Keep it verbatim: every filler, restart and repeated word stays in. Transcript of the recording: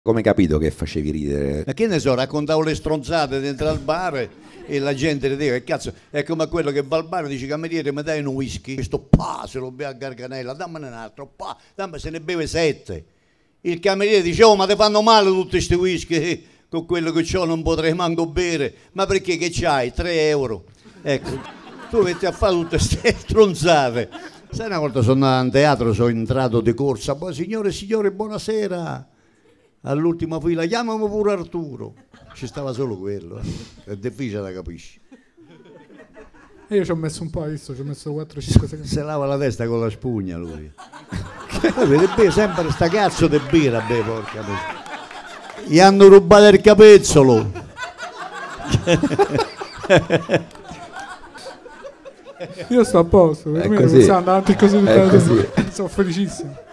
Come hai capito che facevi ridere? Ma che ne so, raccontavo le stronzate dentro al bar e la gente rideva, che cazzo, è come quello che va al bar e dice cameriere mi dai un whisky? Questo pa, se lo beve a garganella, dammene un altro, pa, dammi, se ne beve sette. Il cameriere dice, oh ma ti fanno male tutti questi whisky, con quello che c'ho non potrei manco bere, ma perché che c'hai? tre euro. Ecco, tu metti a fare tutte queste stronzate. Sai, una volta sono andato in teatro, sono entrato di corsa, poi signore e signori buonasera. All'ultima fila, chiamami pure Arturo. Ci stava solo quello, eh. È difficile da capisci. E io ci ho messo un po', visto, ci ho messo quattro cinque secondi. Se lava la testa con la spugna lui. Vede sempre sta cazzo di birra, beh, porca. Gli hanno rubato il capezzolo. Io sto a posto, per È me così. non sta andando avanti così tutta È la così. vita. Sono felicissimo.